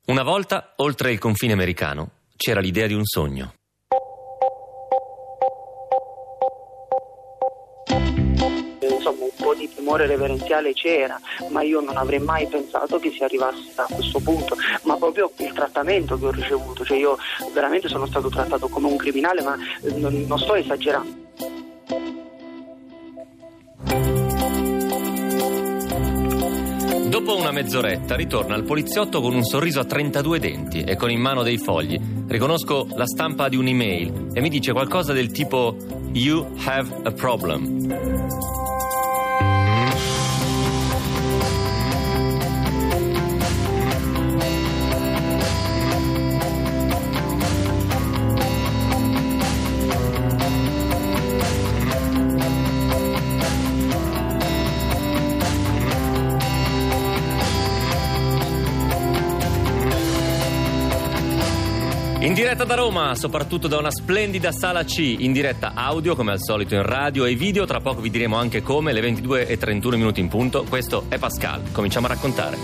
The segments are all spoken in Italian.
Una volta, oltre il confine americano, c'era l'idea di un sogno. Insomma, un po' di timore reverenziale c'era, ma io non avrei mai pensato che si arrivasse a questo punto, ma proprio il trattamento che ho ricevuto, cioè io veramente sono stato trattato come un criminale, ma non sto esagerando. Dopo una mezz'oretta ritorna il poliziotto con un sorriso a 32 denti e con in mano dei fogli. Riconosco la stampa di un'email e mi dice qualcosa del tipo "You have a problem". In diretta da Roma, soprattutto da una splendida sala C, in diretta audio come al solito in radio e video, tra poco vi diremo anche come, alle 22:31 in punto. Questo è Pascal, cominciamo a raccontare.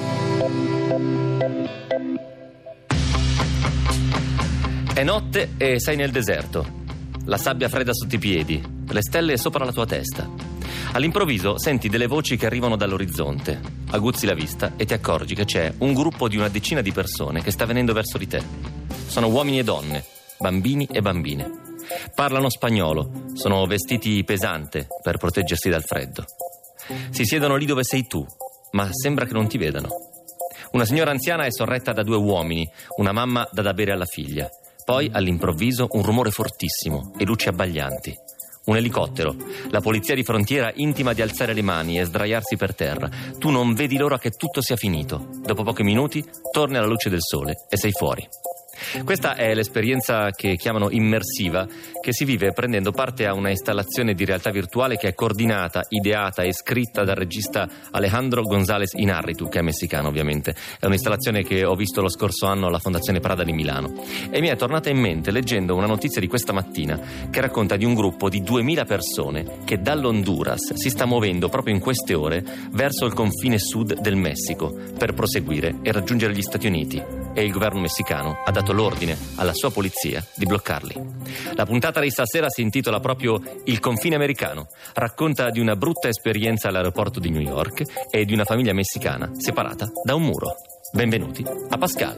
È notte e sei nel deserto, la sabbia fredda sotto i piedi, le stelle sopra la tua testa. All'improvviso senti delle voci che arrivano dall'orizzonte, aguzzi la vista e ti accorgi che c'è un gruppo di una decina di persone che sta venendo verso di te. Sono uomini e donne, bambini e bambine. Parlano spagnolo, sono vestiti pesante per proteggersi dal freddo. Si siedono lì dove sei tu, ma sembra che non ti vedano. Una signora anziana è sorretta da 2 uomini, una mamma dà da bere alla figlia. Poi, all'improvviso, un rumore fortissimo e luci abbaglianti. Un elicottero. La polizia di frontiera intima di alzare le mani e sdraiarsi per terra. Tu non vedi l'ora che tutto sia finito. Dopo pochi minuti torni alla luce del sole e sei fuori. Questa è l'esperienza che chiamano immersiva, che si vive prendendo parte a una installazione di realtà virtuale che è coordinata, ideata e scritta dal regista Alejandro González Iñárritu, che è messicano ovviamente. È un'installazione che ho visto lo scorso anno alla Fondazione Prada di Milano e mi è tornata in mente leggendo una notizia di questa mattina che racconta di un gruppo di 2000 persone che dall'Honduras si sta muovendo proprio in queste ore verso il confine sud del Messico per proseguire e raggiungere gli Stati Uniti, e il governo messicano ha dato l'ordine alla sua polizia di bloccarli. La puntata di stasera si intitola proprio Il confine americano. Racconta di una brutta esperienza all'aeroporto di New York e di una famiglia messicana separata da un muro. Benvenuti a Pascal.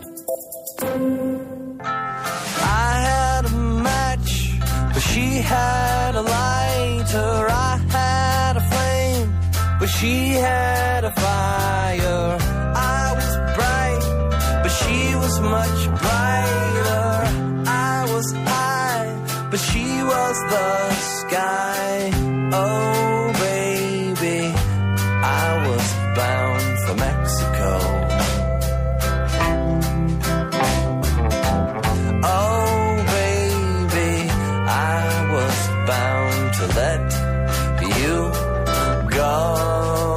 I had a match, but she had a lighter. I had a flame, but she had a fire. I was bright, but she was much brighter. I was high, but she was the sky. Oh baby, I was bound for Mexico. Oh baby, I was bound to let you go.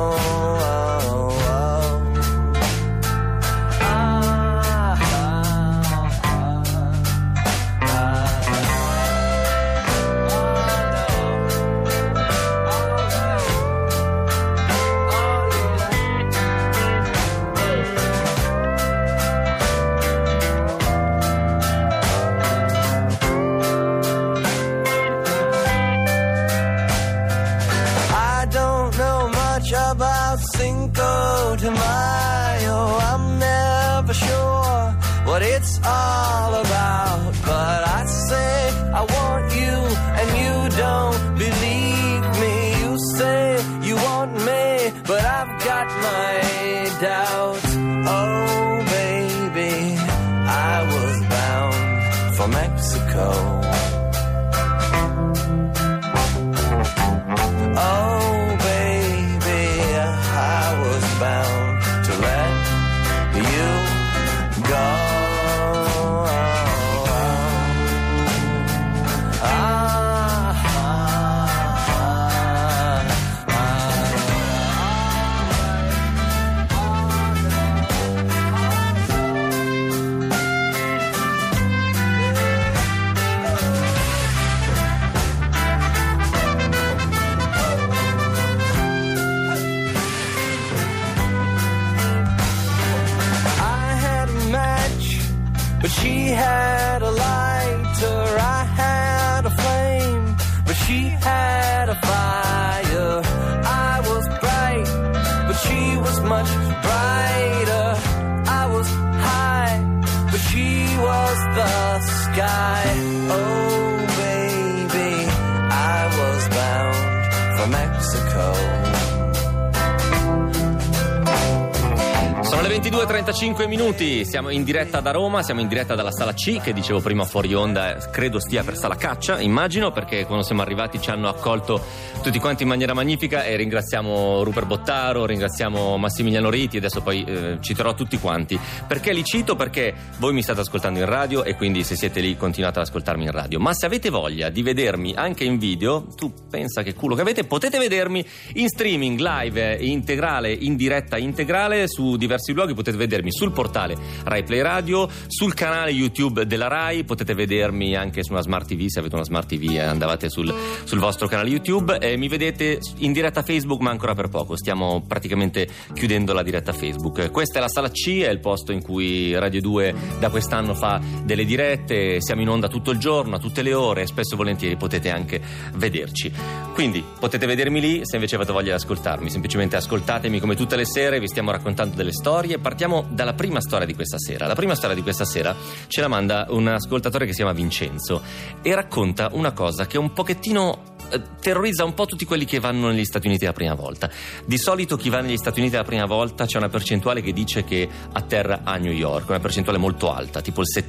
About Cinco de Mayo, I'm never sure what it's all about, but I say I want you and you don't believe me. You say you want me, but I've got my doubts. Oh baby, I was bound for Mexico. Oh bound to let you go. but she had a lighter. I had a flame, but she had a fire. I was bright, but she was much brighter. I was high, but she was the sky. Oh baby, I was bound for Mexico. Sono le 22:35 minuti, siamo in diretta da Roma, siamo in diretta dalla Sala C, che dicevo prima fuori onda, credo stia per Sala Caccia, immagino, perché quando siamo arrivati ci hanno accolto tutti quanti in maniera magnifica e ringraziamo Rupert Bottaro, ringraziamo Massimiliano Riti, adesso poi citerò tutti quanti. Perché li cito? Perché voi mi state ascoltando in radio e quindi se siete lì continuate ad ascoltarmi in radio, ma se avete voglia di vedermi anche in video, tu pensa che culo che avete, potete vedermi in streaming live integrale, in diretta integrale su diversi luoghi. Potete vedermi sul portale Rai Play Radio, sul canale YouTube della Rai, potete vedermi anche su una Smart TV, se avete una Smart TV andavate sul vostro canale YouTube, e mi vedete in diretta Facebook, ma ancora per poco, stiamo praticamente chiudendo la diretta Facebook. Questa è la Sala C, è il posto in cui Radio 2 da quest'anno fa delle dirette, siamo in onda tutto il giorno, a tutte le ore, e spesso e volentieri potete anche vederci, quindi potete vedermi lì. Se invece avete voglia di ascoltarmi, semplicemente ascoltatemi come tutte le sere, vi stiamo raccontando delle storie. Partiamo dalla prima storia di questa sera. La prima storia di questa sera ce la manda un ascoltatore che si chiama Vincenzo e racconta una cosa che un pochettino terrorizza un po' tutti quelli che vanno negli Stati Uniti la prima volta. Di solito chi va negli Stati Uniti la prima volta c'è una percentuale che dice che atterra a New York, una percentuale molto alta, tipo il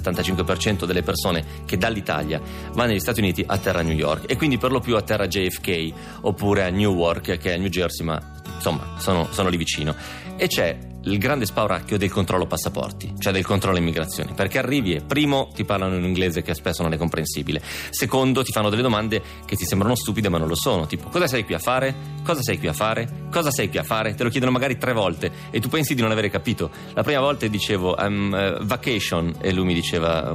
70-75% delle persone che dall'Italia va negli Stati Uniti atterra a New York, e quindi per lo più atterra a JFK oppure a Newark, che è a New Jersey, ma insomma sono lì vicino. E c'è il grande spauracchio del controllo passaporti, cioè del controllo immigrazione, perché arrivi e primo ti parlano in un inglese che spesso non è comprensibile, secondo ti fanno delle domande che ti sembrano stupide ma non lo sono, tipo cosa sei qui a fare? Cosa sei qui a fare? Cosa sei qui a fare? Te lo chiedono magari 3 volte e tu pensi di non avere capito. La prima volta dicevo vacation, e lui mi diceva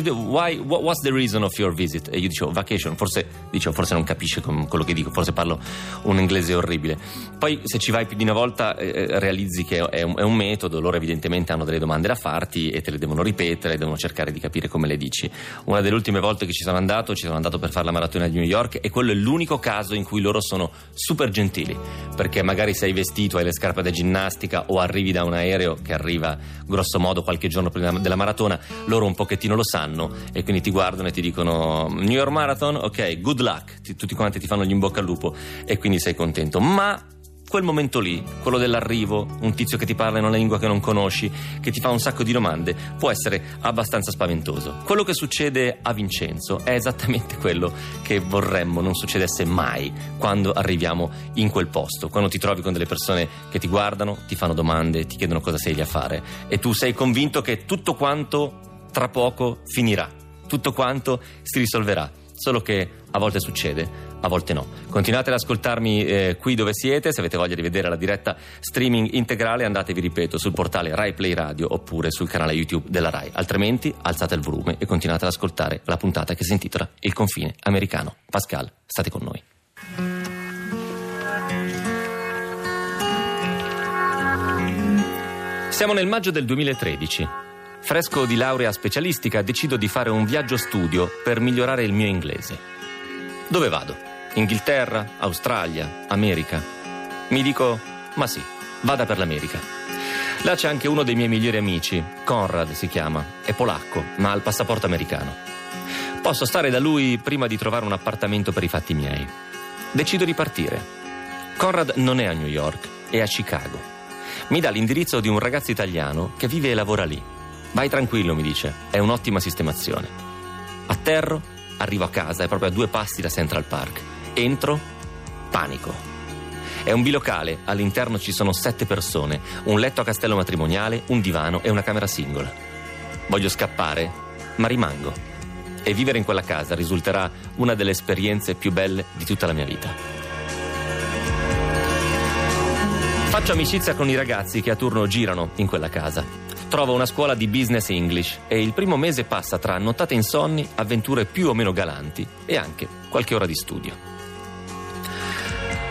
what's the reason of your visit? E io dicevo vacation, forse non capisce quello che dico, forse parlo un inglese orribile. Poi se ci vai più di una volta realizzi che è un metodo, loro evidentemente hanno delle domande da farti e te le devono ripetere, devono cercare di capire come le dici. Una delle ultime volte che ci sono andato per fare la maratona di New York, e quello è l'unico caso in cui loro sono super gentili, perché magari sei vestito, hai le scarpe da ginnastica o arrivi da un aereo che arriva grosso modo qualche giorno prima della maratona, loro un pochettino lo sanno e quindi ti guardano e ti dicono New York Marathon, ok, good luck, tutti quanti ti fanno gli in bocca al lupo e quindi sei contento. Ma quel momento lì, quello dell'arrivo, un tizio che ti parla in una lingua che non conosci, che ti fa un sacco di domande, può essere abbastanza spaventoso. Quello che succede a Vincenzo è esattamente quello che vorremmo non succedesse mai quando arriviamo in quel posto, quando ti trovi con delle persone che ti guardano, ti fanno domande, ti chiedono cosa sei lì a fare e tu sei convinto che tutto quanto tra poco finirà, tutto quanto si risolverà, solo che a volte succede, a volte no. Continuate ad ascoltarmi qui dove siete. Se avete voglia di vedere la diretta streaming integrale, andatevi, ripeto, sul portale Rai Play Radio oppure sul canale YouTube della Rai. Altrimenti alzate il volume e continuate ad ascoltare la puntata che si intitola Il confine americano. Pascal, state con noi. Siamo nel maggio del 2013. Fresco di laurea specialistica, decido di fare un viaggio studio per migliorare il mio inglese. Dove vado? Inghilterra? Australia? America? Mi dico, ma sì, vada per l'America. Là c'è anche uno dei miei migliori amici, Conrad si chiama, è polacco, ma ha il passaporto americano. Posso stare da lui prima di trovare un appartamento per i fatti miei. Decido di partire. Conrad non è a New York, è a Chicago. Mi dà l'indirizzo di un ragazzo italiano che vive e lavora lì. Vai tranquillo, mi dice, è un'ottima sistemazione. Atterro, arrivo a casa, è proprio a 2 passi da Central Park. Entro, panico. È un bilocale, all'interno ci sono 7 persone, un letto a castello matrimoniale, un divano e una camera singola. Voglio scappare, ma rimango. E vivere in quella casa risulterà una delle esperienze più belle di tutta la mia vita. Faccio amicizia con i ragazzi che a turno girano in quella casa. Trovo una scuola di business English e il primo mese passa tra nottate insonni, avventure più o meno galanti e anche qualche ora di studio.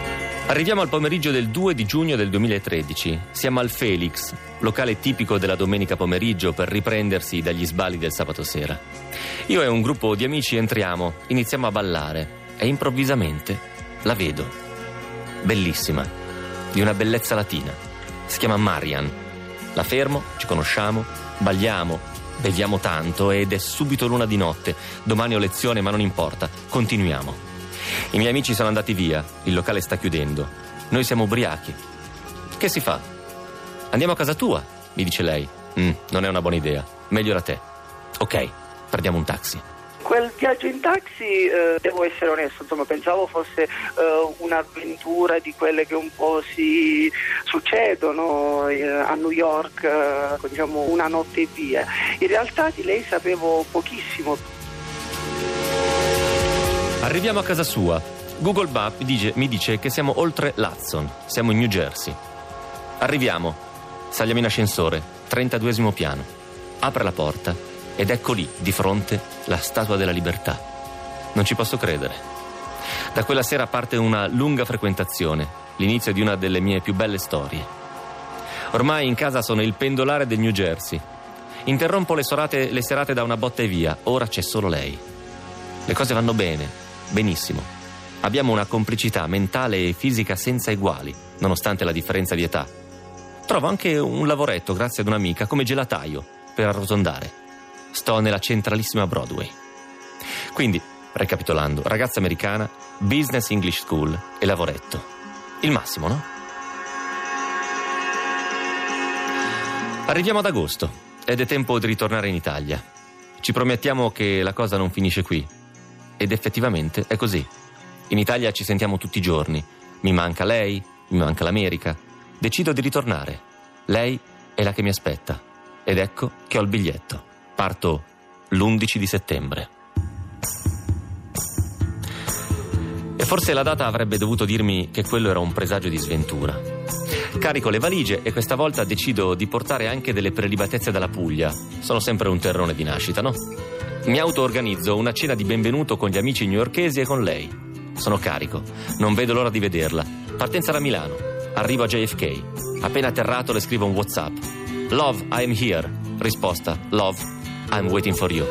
Arriviamo al pomeriggio del 2 di giugno del 2013. Siamo al Felix, locale tipico della domenica pomeriggio per riprendersi dagli sballi del sabato sera. Io e un gruppo di amici entriamo, iniziamo a ballare e improvvisamente la vedo. Bellissima, di una bellezza latina. Si chiama Marian. La fermo, ci conosciamo, balliamo, beviamo tanto ed è subito l'una di notte. Domani ho lezione ma non importa, continuiamo. I miei amici sono andati via, il locale sta chiudendo. Noi siamo ubriachi. Che si fa? Andiamo a casa tua, mi dice lei. Non è una buona idea, meglio da te. Ok, prendiamo un taxi. Quel viaggio in taxi, devo essere onesto, insomma, pensavo fosse un'avventura di quelle che un po' si succedono a New York, diciamo una notte e via. In realtà di lei sapevo pochissimo. Arriviamo a casa sua. Google Maps mi dice che siamo oltre l'Hudson, siamo in New Jersey. Arriviamo, saliamo in ascensore, 32esimo piano. Apre la porta ed ecco lì, di fronte, la Statua della Libertà. Non ci posso credere. Da quella sera parte una lunga frequentazione, l'inizio di una delle mie più belle storie. Ormai in casa sono il pendolare del New Jersey. Interrompo le serate da una botta e via, ora c'è solo lei. Le cose vanno bene. Benissimo. Abbiamo una complicità mentale e fisica senza eguali, nonostante la differenza di età. Trovo anche un lavoretto grazie ad un'amica come gelataio per arrotondare. Sto nella centralissima Broadway. Quindi, recapitolando, ragazza americana, business English school e lavoretto. Il massimo, no? Arriviamo ad agosto ed è tempo di ritornare in Italia. Ci promettiamo che la cosa non finisce qui. Ed effettivamente è così. In Italia ci sentiamo tutti i giorni. Mi manca lei, mi manca l'America. Decido di ritornare. Lei è la che mi aspetta. Ed ecco che ho il biglietto. Parto l'11 di settembre. E forse la data avrebbe dovuto dirmi che quello era un presagio di sventura. Carico le valigie e questa volta decido di portare anche delle prelibatezze dalla Puglia. Sono sempre un terrone di nascita, no? Mi auto-organizzo una cena di benvenuto con gli amici newyorkesi e con lei. Sono carico, non vedo l'ora di vederla. Partenza da Milano, arrivo a JFK. Appena atterrato le scrivo un WhatsApp. Love, I am here. Risposta, love, I'm waiting for you.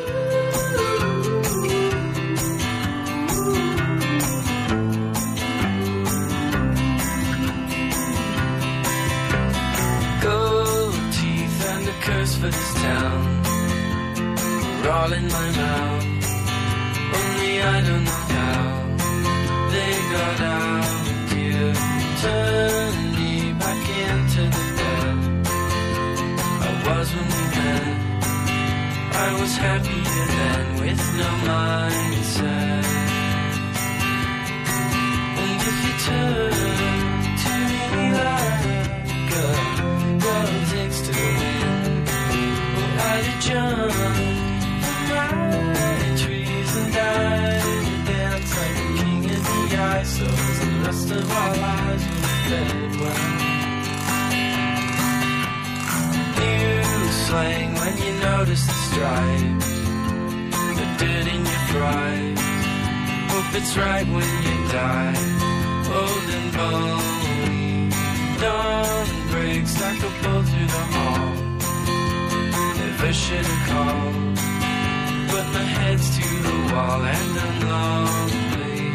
Gold teeth and a curse for this town. All in my mouth, only I don't know how they got out here. Turn me back into the bed I was when we met. I was happier then with no mindset. And if you turn to me like a girl takes to the wind, well, I'd have jumped trees and died and dance like a king in the ice. So the rest of our lives were dead well. New slang when you notice the stripes, the dirt in your fries. Hope it's right when you die, old and bony. Dawn breaks like a bull through the hall. Never should have called, but my head's to the wall and I'm lonely.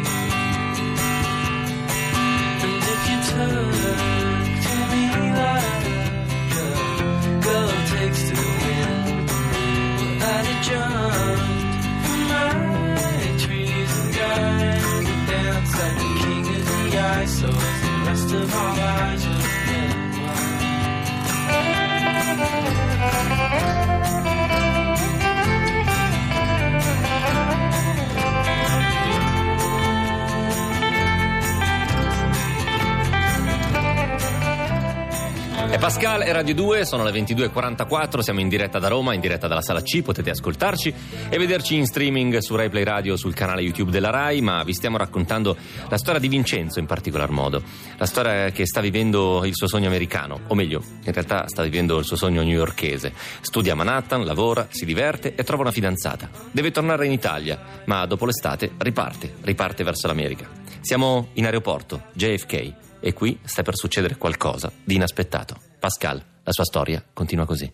And if you turn to me like a girl takes to the wind, well, I'd have jumped from my trees and died to dance like a king of the ice. So as the rest of our lives will spend. È Pascal e Radio 2, sono le 22.44, siamo in diretta da Roma, in diretta dalla Sala C, potete ascoltarci e vederci in streaming su Rai Play Radio, sul canale YouTube della Rai, ma vi stiamo raccontando la storia di Vincenzo in particolar modo, la storia che sta vivendo il suo sogno americano, o meglio, in realtà sta vivendo il suo sogno newyorkese. Studia a Manhattan, lavora, si diverte e trova una fidanzata. Deve tornare in Italia, ma dopo l'estate riparte verso l'America. Siamo in aeroporto, JFK. E qui sta per succedere qualcosa di inaspettato. Pascal, la sua storia continua così.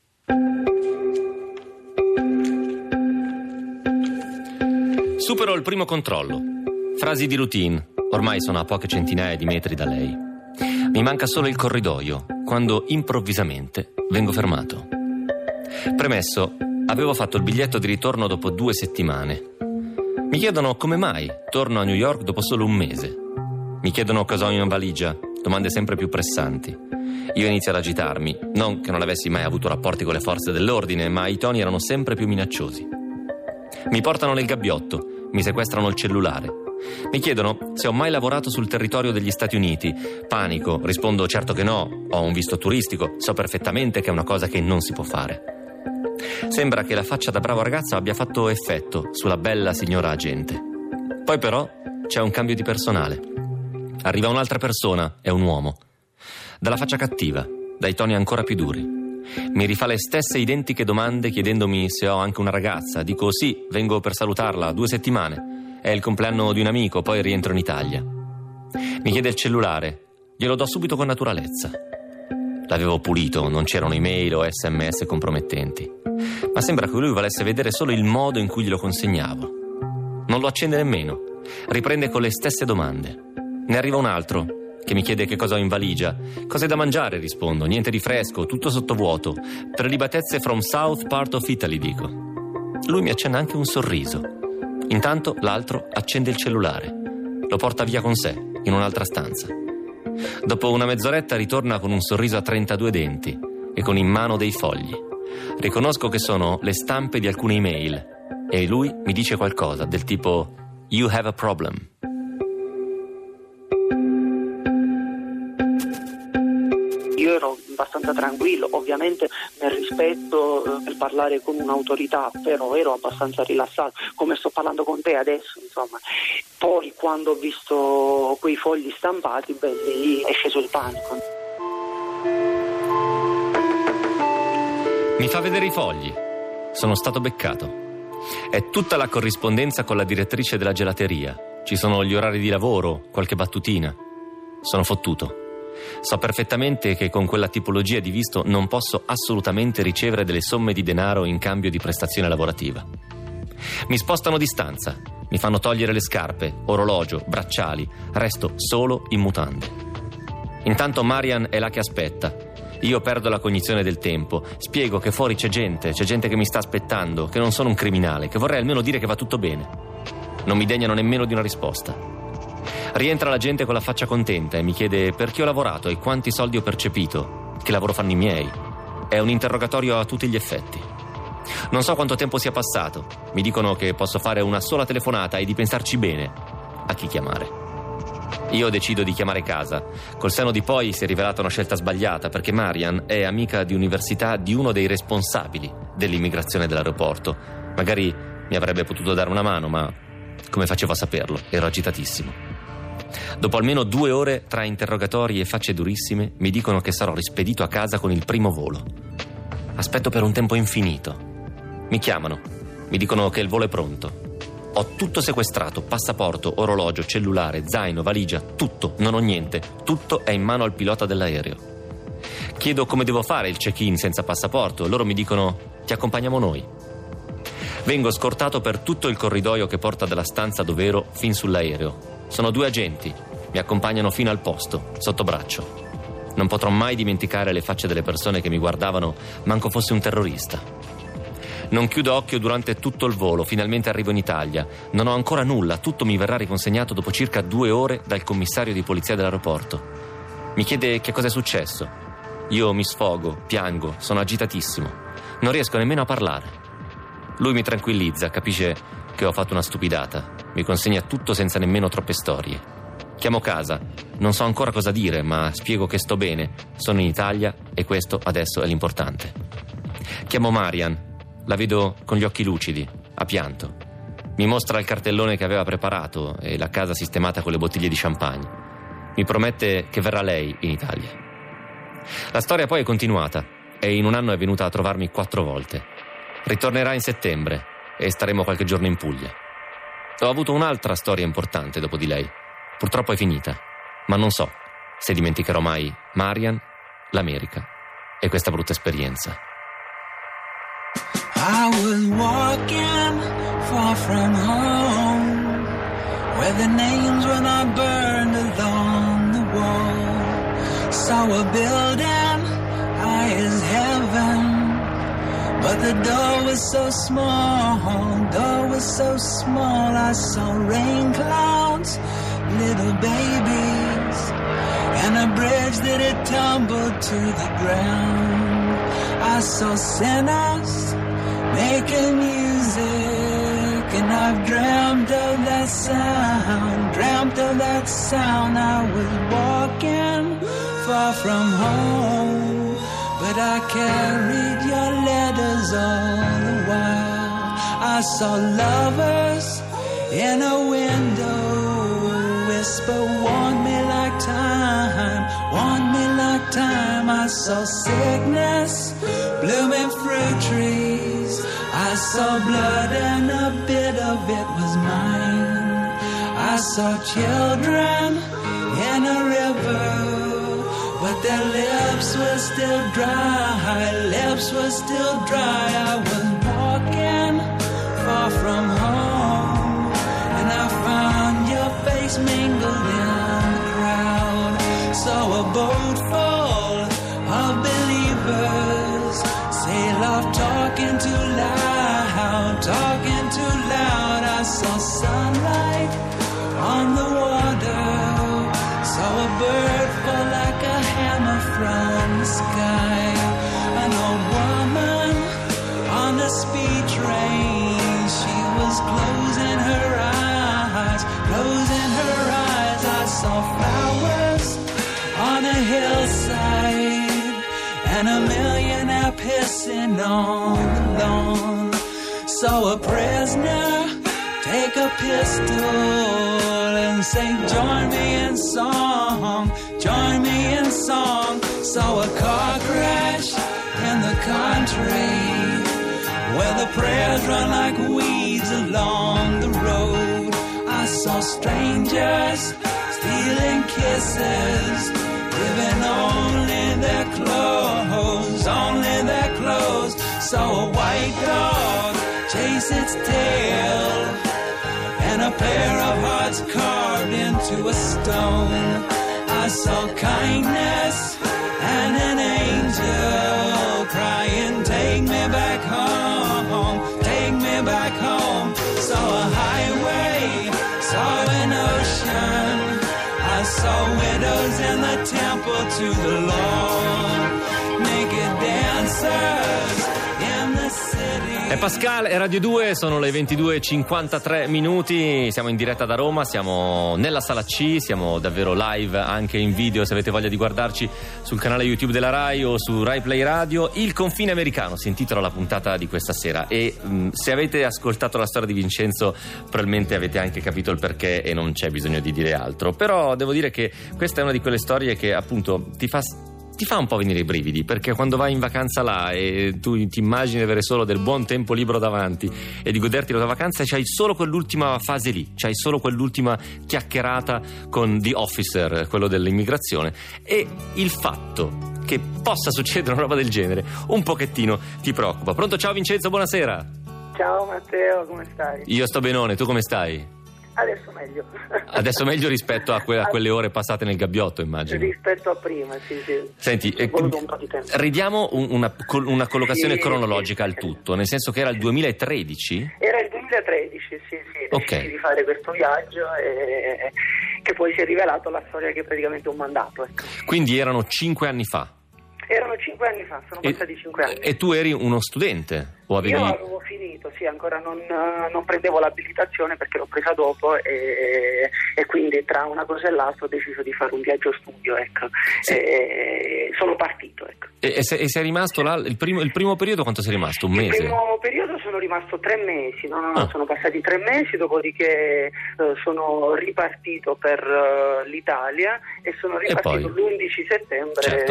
Supero il primo controllo. Frasi di routine. Ormai sono a poche centinaia di metri da lei. Mi manca solo il corridoio, quando improvvisamente vengo fermato. Premesso, avevo fatto il biglietto di ritorno dopo 2 settimane. Mi chiedono come mai torno a New York dopo solo un mese. Mi chiedono cosa ho in valigia, domande sempre più pressanti. Io inizio ad agitarmi, non che non avessi mai avuto rapporti con le forze dell'ordine, ma i toni erano sempre più minacciosi. Mi portano nel gabbiotto, mi sequestrano il cellulare. Mi chiedono se ho mai lavorato sul territorio degli Stati Uniti. Panico, rispondo certo che no, ho un visto turistico, so perfettamente che è una cosa che non si può fare. Sembra che la faccia da bravo ragazzo abbia fatto effetto sulla bella signora agente. Poi però c'è un cambio di personale. Arriva un'altra persona, è un uomo. Dalla faccia cattiva, dai toni ancora più duri. Mi rifà le stesse identiche domande chiedendomi se ho anche una ragazza. Dico sì, vengo per salutarla, 2 settimane. È il compleanno di un amico, poi rientro in Italia. Mi chiede il cellulare, glielo do subito con naturalezza. L'avevo pulito, non c'erano email o SMS compromettenti. Ma sembra che lui volesse vedere solo il modo in cui glielo consegnavo. Non lo accende nemmeno. Riprende con le stesse domande. Ne arriva un altro che mi chiede che cosa ho in valigia. Cose da mangiare, rispondo, niente di fresco, tutto sottovuoto. Prelibatezze from South part of Italy, dico. Lui mi accenna anche un sorriso. Intanto l'altro accende il cellulare. Lo porta via con sé, in un'altra stanza. Dopo una mezz'oretta ritorna con un sorriso a 32 denti e con in mano dei fogli. Riconosco che sono le stampe di alcune email e lui mi dice qualcosa del tipo "You have a problem". Io ero abbastanza tranquillo, ovviamente nel rispetto per parlare con un'autorità, però ero abbastanza rilassato, come sto parlando con te adesso, insomma. Poi quando ho visto quei fogli stampati, lì è sceso il panico. Mi fa vedere i fogli. Sono stato beccato. È tutta la corrispondenza con la direttrice della gelateria. Ci sono gli orari di lavoro, qualche battutina. Sono fottuto. So perfettamente che con quella tipologia di visto non posso assolutamente ricevere delle somme di denaro in cambio di prestazione lavorativa. Mi spostano di stanza, mi fanno togliere le scarpe, orologio, bracciali, resto solo in mutande. Intanto Marian è là che aspetta. Io perdo la cognizione del tempo, spiego che fuori c'è gente che mi sta aspettando, che non sono un criminale, che vorrei almeno dire che va tutto bene. Non mi degnano nemmeno di una risposta. Rientra la gente con la faccia contenta e mi chiede per chi ho lavorato e quanti soldi ho percepito, che lavoro fanno i miei. È un interrogatorio a tutti gli effetti. Non so quanto tempo sia passato. Mi dicono che posso fare una sola telefonata e di pensarci bene a chi chiamare. Io decido di chiamare casa. Col senno di poi si è rivelata una scelta sbagliata perché Marian è amica di università di uno dei responsabili dell'immigrazione dell'aeroporto. Magari mi avrebbe potuto dare una mano, ma come facevo a saperlo? Ero agitatissimo. Dopo almeno 2 ore tra interrogatori e facce durissime, mi dicono che sarò rispedito a casa con il primo volo. Aspetto per un tempo infinito. Mi chiamano, mi dicono che il volo è pronto. Ho tutto sequestrato, passaporto, orologio, cellulare, zaino, valigia, tutto, non ho niente. Tutto è in mano al pilota dell'aereo. Chiedo come devo fare il check-in senza passaporto. Loro mi dicono: ti accompagniamo noi. Vengo scortato per tutto il corridoio che porta dalla stanza dove ero fin sull'aereo. Sono 2 agenti, mi accompagnano fino al posto, sotto braccio. Non potrò mai dimenticare le facce delle persone che mi guardavano, manco fossi un terrorista. Non chiudo occhio durante tutto il volo, finalmente arrivo in Italia. Non ho ancora nulla, tutto mi verrà riconsegnato dopo circa 2 ore dal commissario di polizia dell'aeroporto. Mi chiede che cosa è successo. Io mi sfogo, piango, sono agitatissimo. Non riesco nemmeno a parlare. Lui mi tranquillizza, capisce che ho fatto una stupidata. Mi consegna tutto senza nemmeno troppe storie. Chiamo casa, non so ancora cosa dire, ma spiego che sto bene, sono in Italia e questo adesso è l'importante. Chiamo Marian, la vedo con gli occhi lucidi, ha pianto. Mi mostra il cartellone che aveva preparato e la casa sistemata con le bottiglie di champagne. Mi promette che verrà lei in Italia. La storia poi è continuata e in un anno è venuta a trovarmi 4 volte. Ritornerà in settembre e staremo qualche giorno in Puglia. Ho avuto un'altra storia importante dopo di lei. Purtroppo è finita, ma non so se dimenticherò mai Marian, l'America e questa brutta esperienza. I was walking far from home, where the names were not burned along the wall. Saw a building high as heaven, but the door was so small, I saw rain clouds, little babies, and a bridge that had tumbled to the ground. I saw sinners making music, and I've dreamt of that sound, I was walking far from home, but I carried your letters all the while. I saw lovers in a window whisper, want me like time, want me like time. I saw sickness blooming fruit trees, I saw blood and a bit of it was mine. I saw children in a river, but their lips were still dry, I was walking far from home, and I found your face mingled in the crowd. Saw a boat full of believers sail off talking too loud, I saw sunlight on the water, saw a bird fall like a hammer from the sky. An old woman on the speed train, she was closing her eyes. I saw flowers on a hillside, and a millionaire pissing on the lawn. Saw a prisoner take a pistol and say, join me in song, join me in song. Saw a car crash in the country, where the prayers run like weeds along the road. I saw strangers stealing kisses, giving only their clothes, only their clothes. Saw a white dog chase its tail, and a pair of hearts carved into a stone. I saw kindness and an angel crying, take me back home, take me back home. Saw a highway, saw an ocean, I saw widows in the temple to the Lord, naked dancers in the city. È Pascal e Radio 2, sono le 22:53 minuti, siamo in diretta da Roma, siamo nella sala C, siamo davvero live anche in video se avete voglia di guardarci sul canale YouTube della Rai o su Rai Play Radio. Il confine americano si intitola la puntata di questa sera e se avete ascoltato la storia di Vincenzo probabilmente avete anche capito il perché e non c'è bisogno di dire altro, però devo dire che questa è una di quelle storie che appunto ti fa un po' venire i brividi, perché quando vai in vacanza là e tu ti immagini di avere solo del buon tempo libero davanti e di goderti la tua vacanza, c'hai solo quell'ultima fase lì, c'hai solo quell'ultima chiacchierata con the officer, quello dell'immigrazione, e il fatto che possa succedere una roba del genere un pochettino ti preoccupa. Pronto? Ciao Vincenzo, buonasera. Ciao Matteo, come stai? Io sto benone, tu come stai? Adesso meglio. Adesso meglio rispetto a quelle ore passate nel gabbiotto, immagino. Rispetto a prima, sì. Senti, è voluto un po' di tempo. Ridiamo una collocazione cronologica al tutto, nel senso che era il 2013? Era il 2013, sì. Decisi di fare questo viaggio e che poi si è rivelato la storia che è praticamente un mandato. Ecco. Quindi erano 5 anni fa? Erano 5 anni fa, sono passati 5 anni. E tu eri uno studente? O avevi... Io avevo finito, sì, ancora non prendevo l'abilitazione perché l'ho presa dopo e quindi tra una cosa e l'altra ho deciso di fare un viaggio studio, ecco. Sì. Sono partito, ecco. E sei rimasto là, il primo periodo quanto sei rimasto? Un mese? Il primo periodo sono rimasto 3 mesi, sono passati 3 mesi, dopodiché sono ripartito per l'Italia e sono ripartito l'11 settembre. Certo,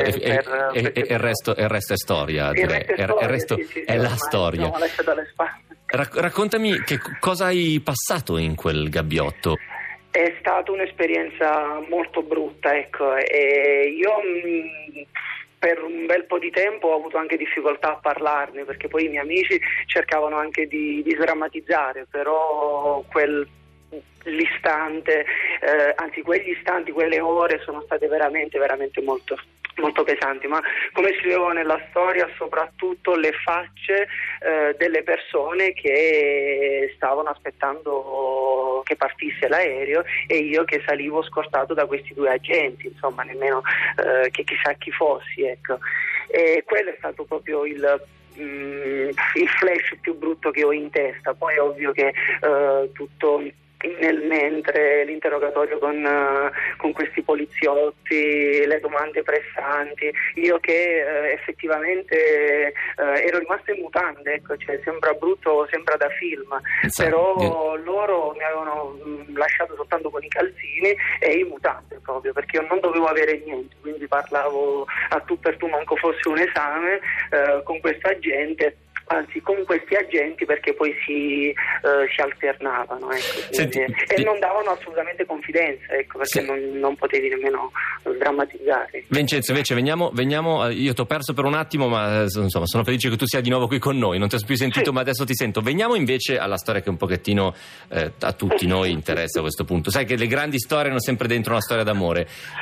e il resto è storia, direi. Il resto è la storia. Lasciato alle spalle. Raccontami che cosa hai passato in quel gabbiotto. È stata un'esperienza molto brutta, ecco, e io per un bel po' di tempo ho avuto anche difficoltà a parlarne, perché poi i miei amici cercavano anche di sdrammatizzare, però l'istante, anzi quegli istanti, quelle ore sono state veramente, veramente molto pesanti, ma come scrivevo nella storia, soprattutto le facce delle persone che stavano aspettando che partisse l'aereo e io che salivo scortato da questi due agenti, insomma nemmeno che chissà chi fossi, ecco. E quello è stato proprio il flash più brutto che ho in testa. Poi è ovvio che tutto nel mentre l'interrogatorio con questi poliziotti, le domande pressanti, io che effettivamente ero rimasta in mutande, ecco, cioè sembra brutto, sembra da film, però loro mi avevano lasciato soltanto con i calzini e in mutande proprio, perché io non dovevo avere niente, quindi parlavo a tu per tu, manco fosse un esame, con questa gente, anzi con questi agenti, perché poi si alternavano, ecco. Senti, e non davano assolutamente confidenza, ecco, perché non potevi nemmeno drammatizzare. Vincenzo, invece veniamo, io ti ho perso per un attimo, ma insomma sono felice che tu sia di nuovo qui con noi, non ti ho più sentito, ma adesso ti sento. Veniamo invece alla storia che un pochettino a tutti noi interessa a questo punto. Sai che le grandi storie hanno sempre dentro una storia d'amore.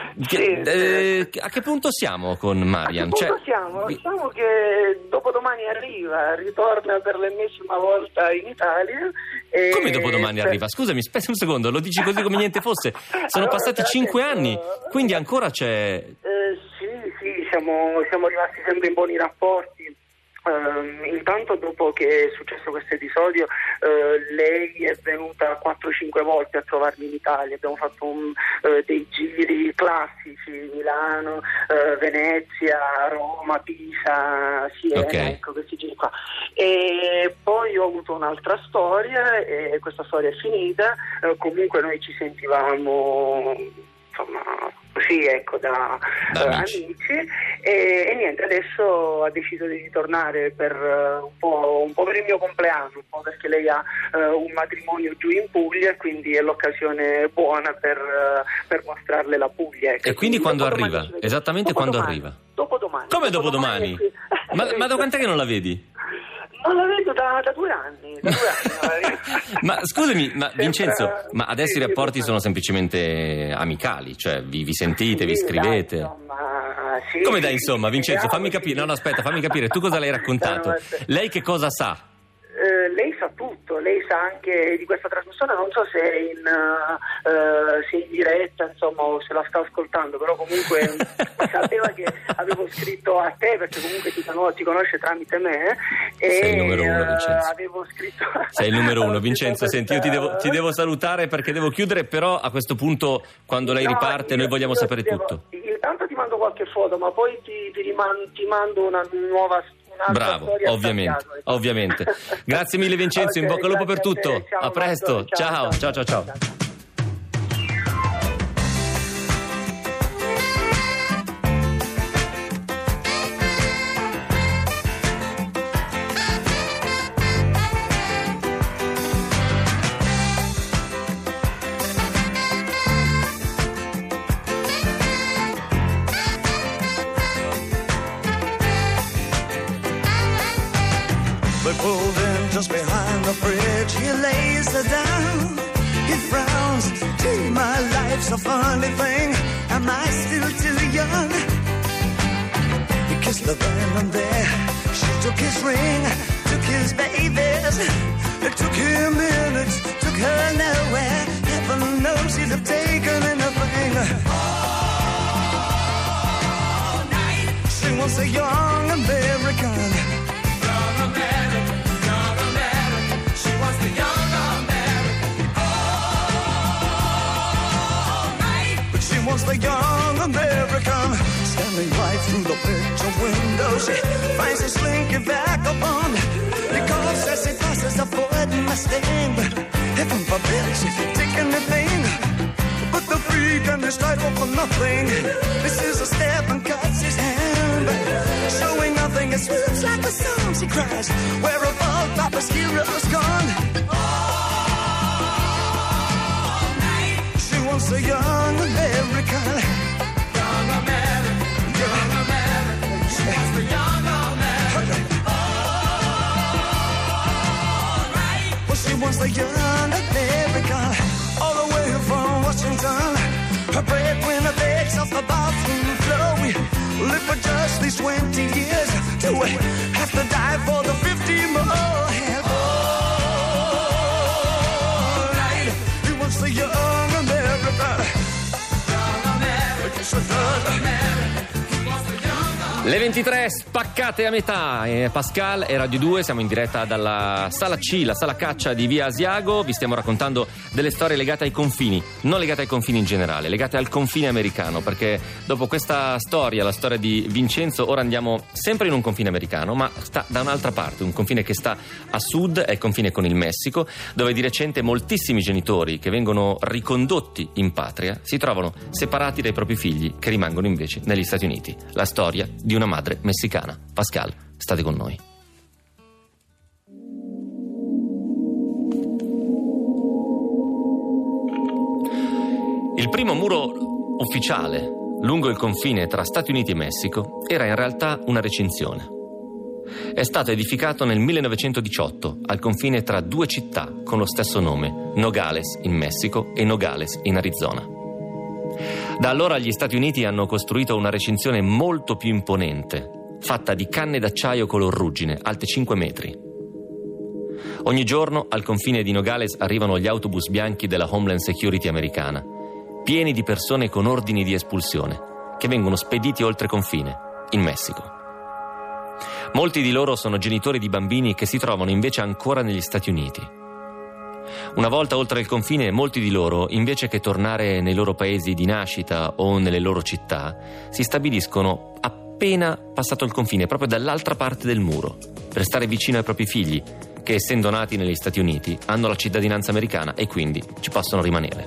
A che punto siamo con Marian? A che punto siamo? Diciamo che dopodomani ritorna per l'ennesima volta in Italia. Come dopodomani arriva? Scusami, aspetta un secondo, lo dici così come niente fosse. Sono passati 5 anni, quindi ancora c'è... Sì, siamo rimasti sempre in buoni rapporti. Intanto, dopo che è successo questo episodio, lei è venuta 4-5 volte a trovarmi in Italia. Abbiamo fatto dei giri classici: Milano, Venezia, Roma, Pisa, Siena, ecco, questi giri qua. E poi ho avuto un'altra storia e questa storia è finita. Comunque noi ci sentivamo, insomma, così, ecco, da amici e niente, adesso ha deciso di ritornare per un po' per il mio compleanno, un po' perché lei ha un matrimonio giù in Puglia, quindi è l'occasione buona per mostrarle la Puglia, ecco. E quindi quando arriva? Esattamente quando arriva? Dopodomani. Come dopodomani? Ma da quant'è che non la vedi? Non la vedo da 2 anni. Ma scusami, Vincenzo, ma adesso i rapporti sono semplicemente amicali, cioè vi sentite, vi scrivete? Dai, insomma, sì. Come dai, insomma, Vincenzo, fammi capire, fammi capire, tu cosa l'hai raccontato? Lei che cosa sa? Lei sa tutto, lei sa anche di questa trasmissione, non so se è in diretta, insomma, o se la sta ascoltando, però comunque sapeva che avevo scritto a te, perché comunque ti conosce tramite me. Sei il numero uno, Vincenzo. Avevo scritto... Sei il numero uno, Vincenzo. Senti, io ti devo salutare perché devo chiudere, però a questo punto, quando lei riparte, noi vogliamo sapere tutto. Intanto ti mando qualche foto, ma poi ti mando una nuova storia. Bravo, ovviamente. Grazie mille, Vincenzo, in bocca al lupo per tutto. Ciao, a presto. Ciao. They pulled in just behind the bridge. He lays her down. He frowns. Gee, my life's a funny thing. Am I still too young? He kissed her then and there. She took his ring, took his babies. It took him minutes, took her nowhere. Heaven knows he'd have taken anything. All night. She was a young American. Was the young American standing right through the picture window. She finds a slinky vagabond. He coughs as he passes a Ford Mustang. Heaven forbid she'd take anything but the freak and his title for nothing. This is a step and cuts his hand, showing nothing. It swoops like a song. She cries, where have all Papa's heroes gone? All night. She wants the young America, all the way from Washington. Her breadwinner begs off the bathroom floor. We live for just these 20 years till we have to die for the 50 more. And all right, he wants the young America. Young America. Yes, it does. Le 23 spaccate a metà, Pascal e Radio 2, siamo in diretta dalla Sala C, la sala caccia di Via Asiago. Vi stiamo raccontando delle storie legate ai confini, non legate ai confini in generale, legate al confine americano, perché dopo questa storia, la storia di Vincenzo, ora andiamo sempre in un confine americano, ma sta da un'altra parte, un confine che sta a sud, è il confine con il Messico, dove di recente moltissimi genitori che vengono ricondotti in patria si trovano separati dai propri figli che rimangono invece negli Stati Uniti. La storia di una madre messicana. Pascal, state con noi. Il primo muro ufficiale lungo il confine tra Stati Uniti e Messico era in realtà una recinzione. È stato edificato nel 1918 al confine tra due città con lo stesso nome, Nogales in Messico e Nogales in Arizona. Da allora gli Stati Uniti hanno costruito una recinzione molto più imponente, fatta di canne d'acciaio color ruggine, alte 5 metri. Ogni giorno al confine di Nogales arrivano gli autobus bianchi della Homeland Security americana, pieni di persone con ordini di espulsione, che vengono spediti oltre confine, in Messico. Molti di loro sono genitori di bambini che si trovano invece ancora negli Stati Uniti. Una volta oltre il confine, molti di loro, invece che tornare nei loro paesi di nascita o nelle loro città, si stabiliscono appena passato il confine, proprio dall'altra parte del muro, per stare vicino ai propri figli, che essendo nati negli Stati Uniti hanno la cittadinanza americana e quindi ci possono rimanere.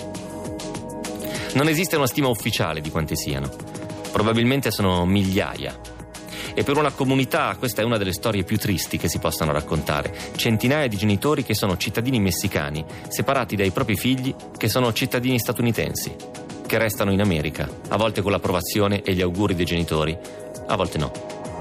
Non esiste una stima ufficiale di quanti siano, probabilmente sono migliaia. E per una comunità questa è una delle storie più tristi che si possano raccontare. Centinaia di genitori che sono cittadini messicani, separati dai propri figli che sono cittadini statunitensi, che restano in America, a volte con l'approvazione e gli auguri dei genitori, a volte no.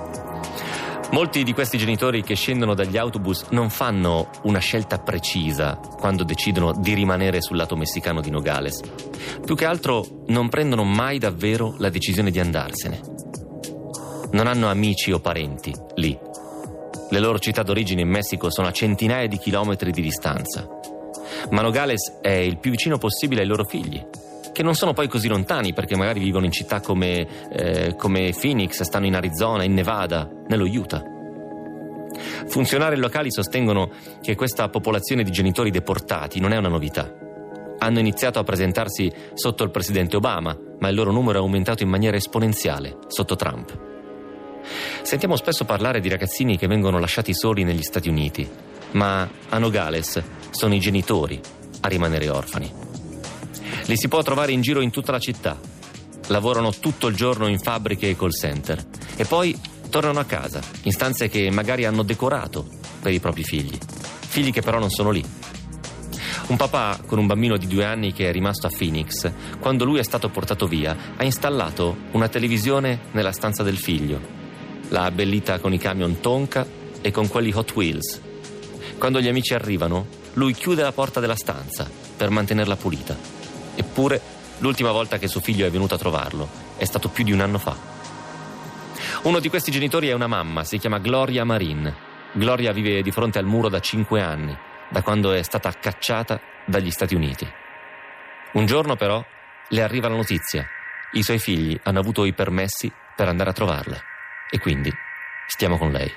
Molti di questi genitori che scendono dagli autobus non fanno una scelta precisa quando decidono di rimanere sul lato messicano di Nogales. Più che altro non prendono mai davvero la decisione di andarsene. Non hanno amici o parenti lì. Le loro città d'origine in Messico sono a centinaia di chilometri di distanza. Ma Nogales è il più vicino possibile ai loro figli, che non sono poi così lontani perché magari vivono in città come Phoenix, stanno in Arizona, in Nevada, nello Utah. Funzionari locali sostengono che questa popolazione di genitori deportati non è una novità. Hanno iniziato a presentarsi sotto il presidente Obama, ma il loro numero è aumentato in maniera esponenziale sotto Trump. Sentiamo spesso parlare di ragazzini che vengono lasciati soli negli Stati Uniti, ma a Nogales sono i genitori a rimanere orfani. Li si può trovare in giro in tutta la città. Lavorano tutto il giorno in fabbriche e call center e poi tornano a casa, in stanze che magari hanno decorato per i propri figli che però non sono lì. Un papà con un bambino di 2 anni che è rimasto a Phoenix, quando lui è stato portato via, ha installato una televisione nella stanza del figlio. L'ha abbellita con i camion Tonka e con quelli Hot Wheels. Quando gli amici arrivano, lui chiude la porta della stanza per mantenerla pulita. Eppure, l'ultima volta che suo figlio è venuto a trovarlo è stato più di 1 anno fa. Uno di questi genitori è una mamma, si chiama Gloria Marin. Gloria vive di fronte al muro da 5 anni, da quando è stata cacciata dagli Stati Uniti. Un giorno però le arriva la notizia: i suoi figli hanno avuto i permessi per andare a trovarla e quindi stiamo con lei.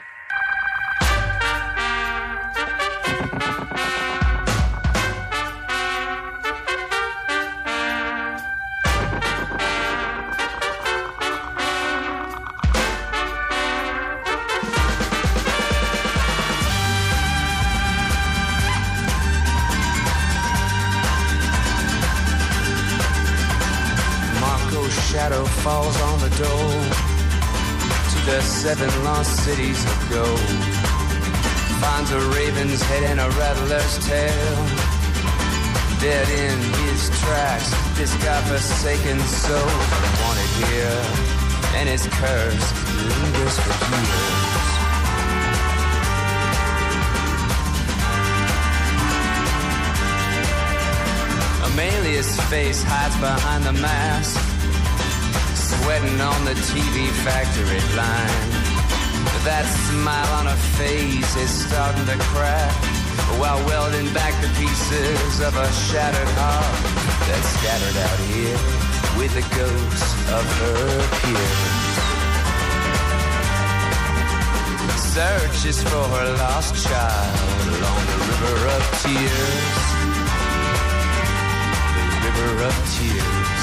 Shadow falls on the door to the 7 lost cities of gold. Finds a raven's head and a rattler's tail, dead in his tracks, this godforsaken soul. Wanted here, and his curse lingers for years. serious face hides behind the mask, sweating on the TV factory line. That smile on her face is starting to crack while welding back the pieces of a shattered heart that's scattered out here with the ghosts of her peers. Searches for her lost child along the river of tears. The river of tears.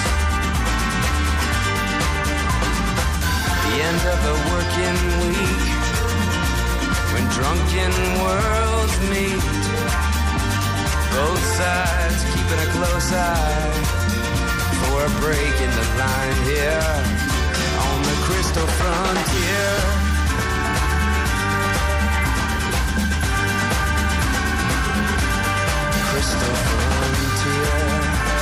The end of the working week, when drunken worlds meet, both sides keeping a close eye for a break in the line here on the crystal frontier. Crystal frontier.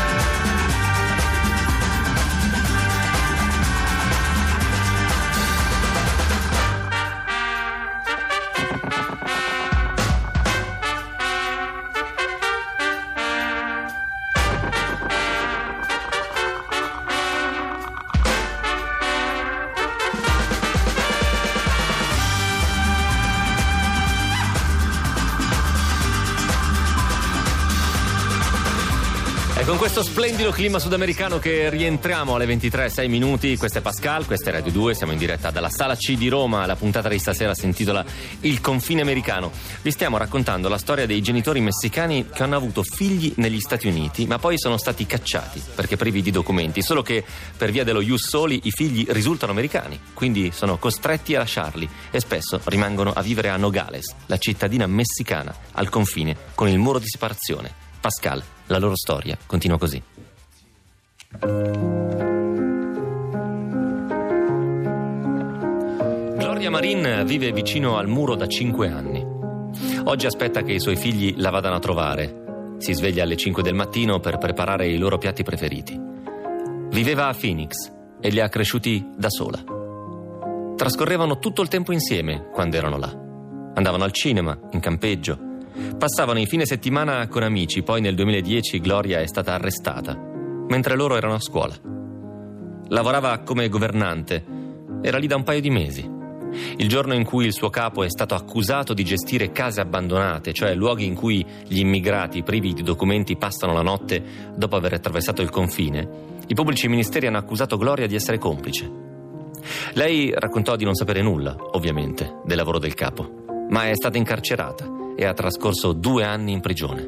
Con questo splendido clima sudamericano che rientriamo alle 23:06 minuti. Questo è Pascal, questa è Radio 2, siamo in diretta dalla Sala C di Roma. La puntata di stasera si intitola Il confine americano. Vi stiamo raccontando la storia dei genitori messicani che hanno avuto figli negli Stati Uniti, ma poi sono stati cacciati perché privi di documenti, solo che per via dello ius soli i figli risultano americani, quindi sono costretti a lasciarli e spesso rimangono a vivere a Nogales, la cittadina messicana al confine con il muro di separazione. Pascal, la loro storia continua così. Gloria Marin vive vicino al muro da 5 anni. Oggi aspetta che i suoi figli la vadano a trovare. Si sveglia alle 5 del mattino per preparare i loro piatti preferiti. Viveva a Phoenix e li ha cresciuti da sola. Trascorrevano tutto il tempo insieme quando erano là. Andavano al cinema, in campeggio. Passavano i fine settimana con amici, poi nel 2010 Gloria è stata arrestata, mentre loro erano a scuola. Lavorava come governante, era lì da un paio di mesi. Il giorno in cui il suo capo è stato accusato di gestire case abbandonate, cioè luoghi in cui gli immigrati privi di documenti passano la notte dopo aver attraversato il confine, i pubblici ministeri hanno accusato Gloria di essere complice. Lei raccontò di non sapere nulla, ovviamente, del lavoro del capo, ma è stata incarcerata e ha trascorso 2 anni in prigione.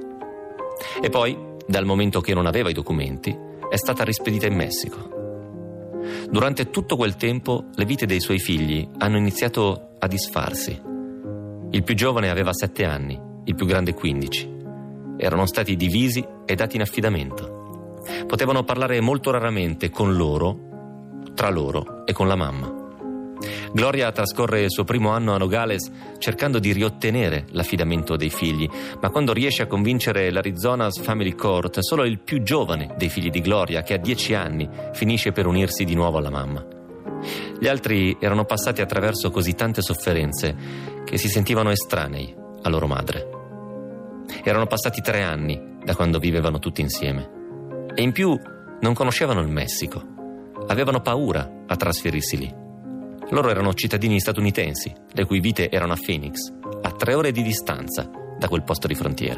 E poi, dal momento che non aveva i documenti, è stata rispedita in Messico. Durante tutto quel tempo, le vite dei suoi figli hanno iniziato a disfarsi. Il più giovane aveva 7 anni, il più grande 15. Erano stati divisi e dati in affidamento. Potevano parlare molto raramente con loro, tra loro e con la mamma. Gloria trascorre il suo primo anno a Nogales cercando di riottenere l'affidamento dei figli, ma quando riesce a convincere l'Arizona's Family Court, solo il più giovane dei figli di Gloria, che ha 10 anni, finisce per unirsi di nuovo alla mamma. Gli altri erano passati attraverso così tante sofferenze che si sentivano estranei a loro madre. Erano passati 3 anni da quando vivevano tutti insieme e in più non conoscevano il Messico. Avevano paura a trasferirsi lì. Loro erano cittadini statunitensi, le cui vite erano a Phoenix, a 3 ore di distanza da quel posto di frontiera.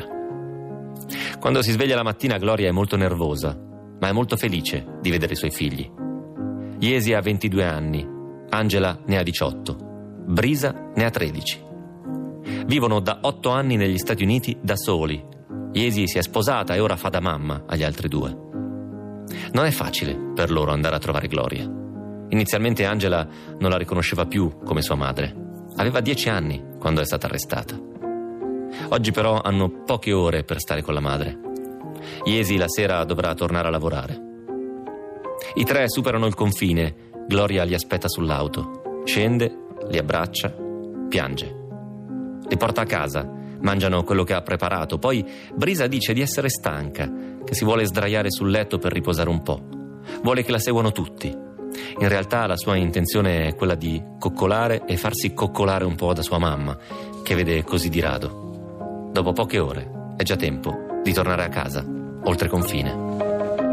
Quando si sveglia la mattina, Gloria è molto nervosa, ma è molto felice di vedere i suoi figli. Yesi ha 22 anni, Angela ne ha 18, Brisa ne ha 13. Vivono da 8 anni negli Stati Uniti da soli. Yesi si è sposata e ora fa da mamma agli altri 2. Non è facile per loro andare a trovare Gloria. Inizialmente Angela non la riconosceva più come sua madre. Aveva 10 anni quando è stata arrestata. Oggi però hanno poche ore per stare con la madre. Yesi la sera dovrà tornare a lavorare. I 3 superano il confine. Gloria li aspetta sull'auto. Scende, li abbraccia, piange. Li porta a casa, mangiano quello che ha preparato. Poi Brisa dice di essere stanca, che si vuole sdraiare sul letto per riposare un po'. Vuole che la seguano tutti. In realtà la sua intenzione è quella di coccolare e farsi coccolare un po' da sua mamma, che vede così di rado. Dopo poche ore è già tempo di tornare a casa, oltre confine.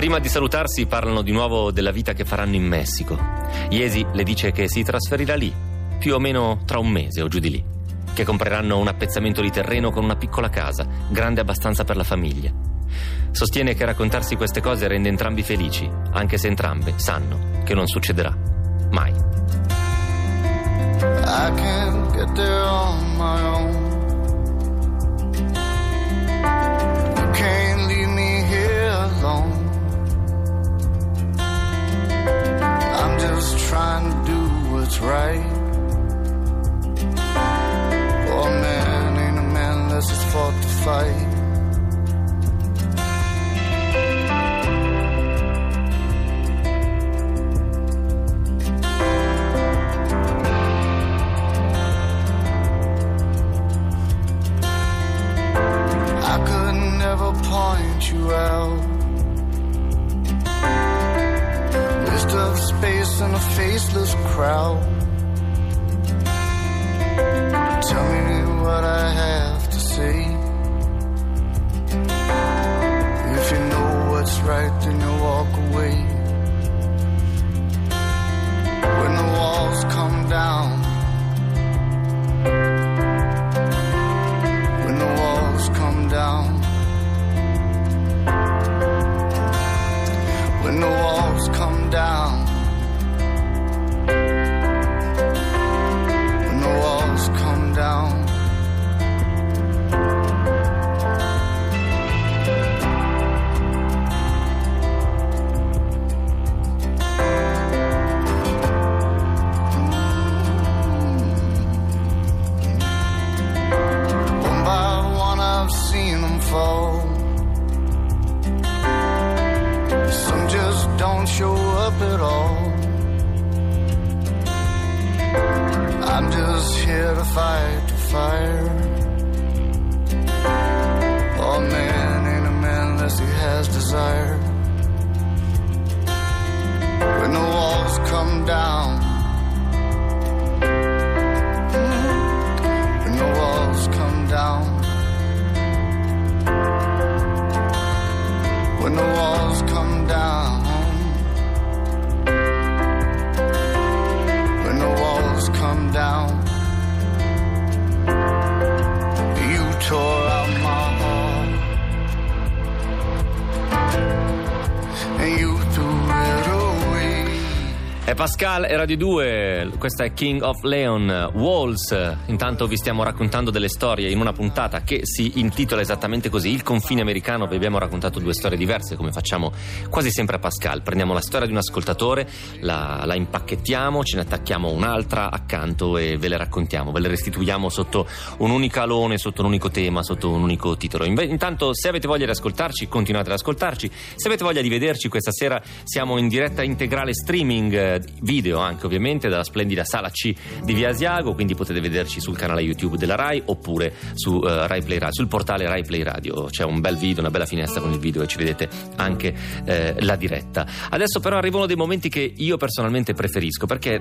Prima di salutarsi parlano di nuovo della vita che faranno in Messico. Iesi le dice che si trasferirà lì, più o meno tra un mese o giù di lì, che compreranno un appezzamento di terreno con una piccola casa, grande abbastanza per la famiglia. Sostiene che raccontarsi queste cose rende entrambi felici, anche se entrambe sanno che non succederà mai. I can't get there on my own. You can't leave me here alone. I'm just trying to do what's right. Oh, a man ain't a man unless it's fought to fight. I could never point you out. Waste of space in a faceless crowd. Tell me what I have to say. If you know what's right, then you walk away. When the walls come down, when the walls come down, when the walls come down, when the walls come down. One by one I've seen them fall. Some just don't show up at all. I'm just here to fight the fire. Oh, man ain't a man unless he has desire. When the walls come down, when the walls come down, when the walls come down, when the walls come down, you tore out my heart and you threw it away. È Pascal e Radio 2, questa è King of Leon, Walls. Intanto vi stiamo raccontando delle storie in una puntata che si intitola esattamente così, Il confine americano. Vi abbiamo raccontato due storie diverse, come facciamo quasi sempre a Pascal. Prendiamo la storia di un ascoltatore, la impacchettiamo, ce ne attacchiamo un'altra accanto e ve le raccontiamo, ve le restituiamo sotto un unico alone, sotto un unico tema, sotto un unico titolo. Intanto, se avete voglia di ascoltarci, continuate ad ascoltarci. Se avete voglia di vederci, questa sera siamo in diretta integrale streaming, video anche ovviamente, dalla splendida sala C di Via Asiago, quindi potete vederci sul canale YouTube della Rai oppure su Rai Play Radio, sul portale Rai Play Radio. C'è un bel video, una bella finestra con il video e ci vedete anche la diretta. Adesso però arrivano dei momenti che io personalmente preferisco, perché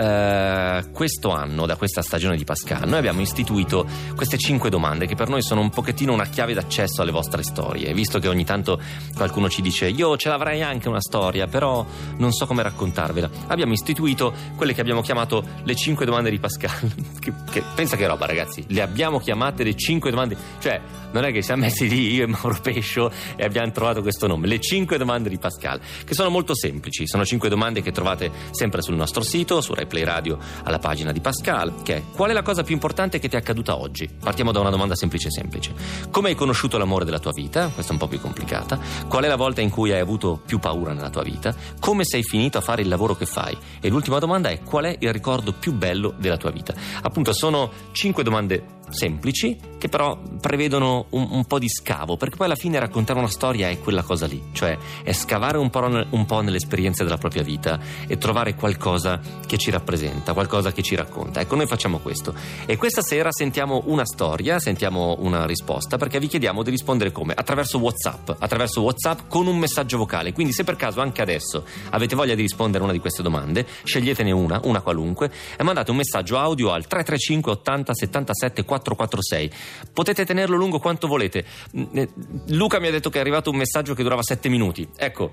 da questo anno, da questa stagione di Pascal, noi abbiamo istituito queste 5 domande che per noi sono un pochettino una chiave d'accesso alle vostre storie, visto che ogni tanto qualcuno ci dice io ce l'avrei anche una storia, però non so come raccontarvela. Abbiamo istituito quelle che abbiamo chiamato le 5 domande di Pascal. che pensa che roba, ragazzi, le abbiamo chiamate le 5 domande, cioè non è che siamo messi lì io e Mauro Pescio e abbiamo trovato questo nome, le 5 domande di Pascal, che sono molto semplici. Sono 5 domande che trovate sempre sul nostro sito, su Rai Play Radio, alla pagina di Pascal, che è: qual è la cosa più importante che ti è accaduta oggi? Partiamo da una domanda semplice. Come hai conosciuto l'amore della tua vita? Questa è un po' più complicata. Qual è la volta in cui hai avuto più paura nella tua vita? Come sei finito a fare il lavoro che fai? E l'ultima domanda è: qual è il ricordo più bello della tua vita? Appunto, sono 5 domande semplici che però prevedono un po' di scavo, perché poi alla fine raccontare una storia è quella cosa lì, cioè è scavare un po' nelle esperienze della propria vita e trovare qualcosa che ci rappresenta, qualcosa che ci racconta. Ecco, noi facciamo questo e questa sera sentiamo una storia, sentiamo una risposta, perché vi chiediamo di rispondere come? Attraverso WhatsApp con un messaggio vocale. Quindi se per caso anche adesso avete voglia di rispondere a una di queste domande, sceglietene una qualunque e mandate un messaggio audio al 335 80 77 446. Potete tenerlo lungo quanto volete. Luca mi ha detto che è arrivato un messaggio che durava 7 minuti. Ecco,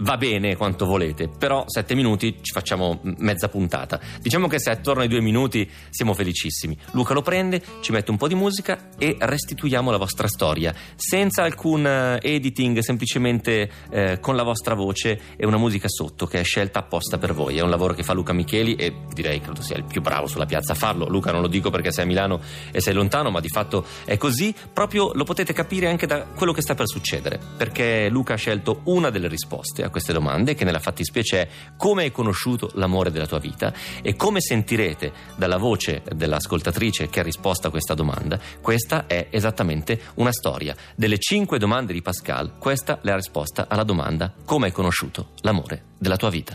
va bene quanto volete, però 7 minuti ci facciamo mezza puntata. Diciamo che se attorno ai 2 minuti siamo felicissimi. Luca lo prende, ci mette un po' di musica e restituiamo la vostra storia senza alcun editing, semplicemente con la vostra voce e una musica sotto che è scelta apposta per voi. È un lavoro che fa Luca Micheli e direi credo sia il più bravo sulla piazza a farlo. Luca, non lo dico perché sei a Milano e sei lontano, ma di fatto è così. Proprio lo potete capire anche da quello che sta per succedere, perché Luca ha scelto una delle risposte a queste domande, che nella fattispecie è: come hai conosciuto l'amore della tua vita? E come sentirete dalla voce dell'ascoltatrice che ha risposto a questa domanda, questa è esattamente una storia. Delle 5 domande di Pascal, questa è la risposta alla domanda: come hai conosciuto l'amore della tua vita?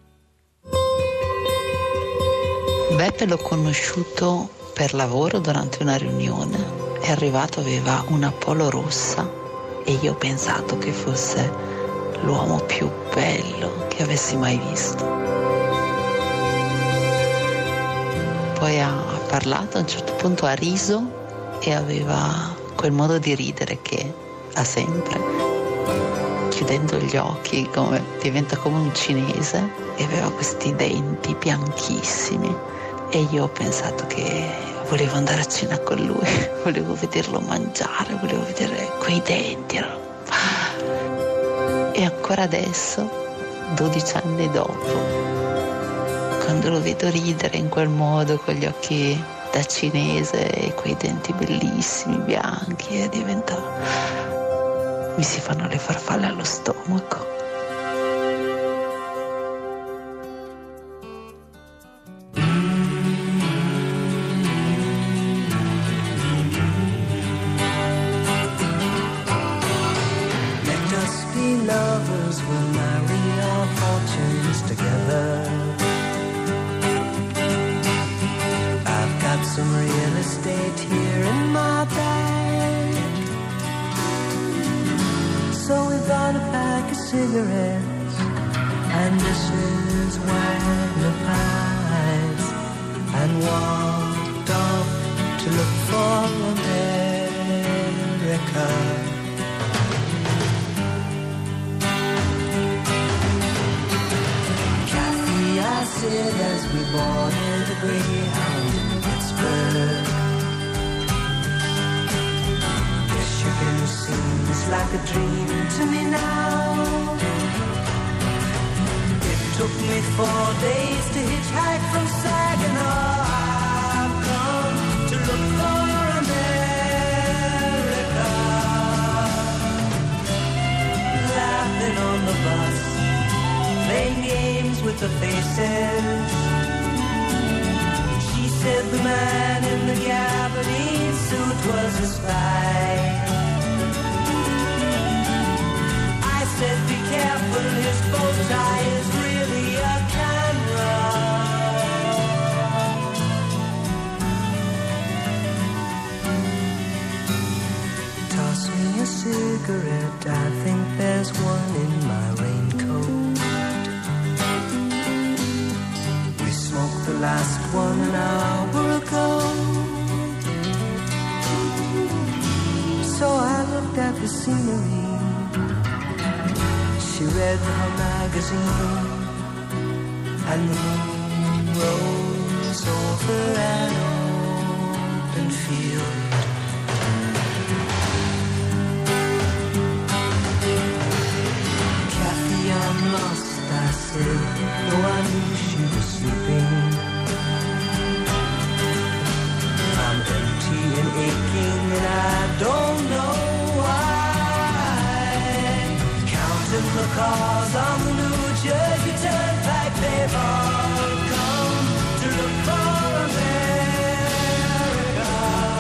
Beppe l'ho conosciuto per lavoro durante una riunione. È arrivato, aveva una polo rossa e io ho pensato che fosse l'uomo più bello che avessi mai visto. Poi ha parlato, a un certo punto ha riso e aveva quel modo di ridere che ha sempre, chiudendo gli occhi diventa come un cinese, e aveva questi denti bianchissimi e io ho pensato che volevo andare a cena con lui, volevo vederlo mangiare, volevo vedere quei denti. E ancora adesso, 12 anni dopo, quando lo vedo ridere in quel modo, con gli occhi da cinese e quei denti bellissimi, bianchi, e mi si fanno le farfalle allo stomaco. Lovers will marry our fortunes together. I've got some real estate here in my bag, so we bought a pack of cigarettes and dishes, Wagner pies, and walked off to look for America. As we boarded the Greyhound in Pittsburgh, Michigan seems like a dream to me now. It took me 4 days to hitchhike from Saginaw. I've come to look for America, laughing on the bus, playing games with the faces. She said the man in the gabardine suit was a spy. I said be careful, his bow tie is really a camera. Toss me a cigarette, I think there's one in my raincoat. The last one an hour ago. So I looked at the scenery. She read her magazine, and the moon rose over an open field. Kathy, I'm lost, I said, though I knew she was sleeping. I'm empty and aching and I don't know why. Counting the cars on the New Jersey Turnpike, they've all come to look for America.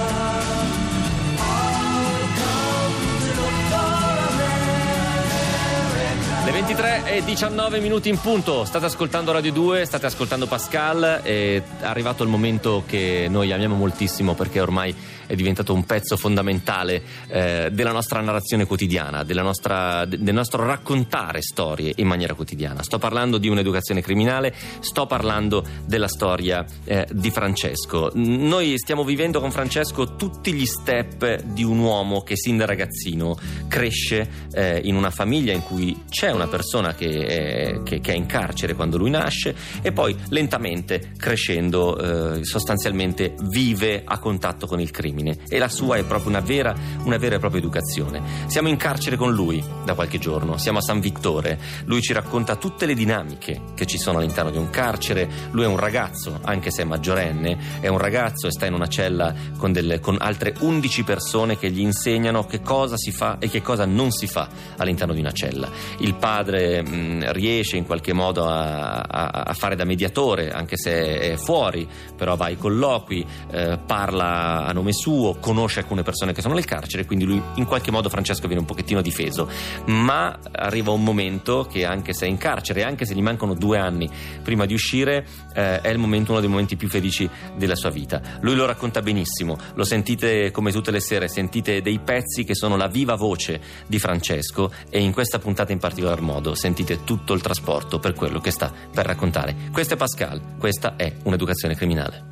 All come to look for America. Le 23:19 in punto, state ascoltando Radio 2, state ascoltando Pascal, è arrivato il momento che noi amiamo moltissimo perché ormai è diventato un pezzo fondamentale della nostra narrazione quotidiana, del nostro raccontare storie in maniera quotidiana. Sto parlando di un'educazione criminale, sto parlando della storia di Francesco. Noi stiamo vivendo con Francesco tutti gli step di un uomo che sin da ragazzino cresce in una famiglia in cui c'è una persona che è in carcere quando lui nasce, e poi lentamente crescendo sostanzialmente vive a contatto con il crimine, e la sua è proprio una vera e propria educazione. Siamo in carcere con lui da qualche giorno, siamo a San Vittore, lui ci racconta tutte le dinamiche che ci sono all'interno di un carcere. Lui è un ragazzo, anche se è maggiorenne, è un ragazzo e sta in una cella con altre 11 persone che gli insegnano che cosa si fa e che cosa non si fa all'interno di una cella. Il padre riesce in qualche modo a fare da mediatore, anche se è fuori, però va ai colloqui, parla a nome suo, conosce alcune persone che sono nel carcere, quindi lui in qualche modo, Francesco, viene un pochettino difeso. Ma arriva un momento che, anche se è in carcere, anche se gli mancano 2 anni prima di uscire, è uno dei momenti più felici della sua vita. Lui lo racconta benissimo, lo sentite come tutte le sere, sentite dei pezzi che sono la viva voce di Francesco, e in questa puntata in particolar modo sentite tutto il trasporto per quello che sta per raccontare. Questo è Pascal, questa è un'educazione criminale.